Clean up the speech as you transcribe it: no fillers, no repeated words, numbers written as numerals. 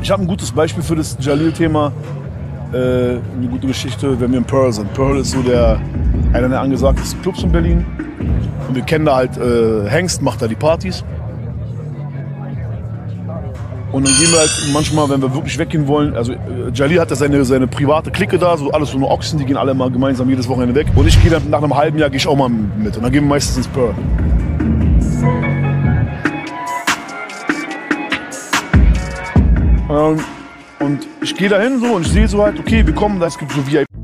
Ich habe ein gutes Beispiel für das Jalil-Thema. Eine gute Geschichte, wenn wir in Pearl sind. Pearl ist so einer der angesagtesten Clubs in Berlin. Und wir kennen da halt Hengst, macht da die Partys. Und dann gehen wir halt manchmal, wenn wir wirklich weggehen wollen, also Jalil hat ja seine private Clique da, so alles so nur Ochsen, die gehen alle mal gemeinsam jedes Wochenende weg. Und ich gehe dann nach einem halben Jahr auch mal mit. Und dann gehen wir meistens ins Pearl. Und ich gehe da hin so und ich sehe so halt, okay, wir kommen da, es gibt so VIP.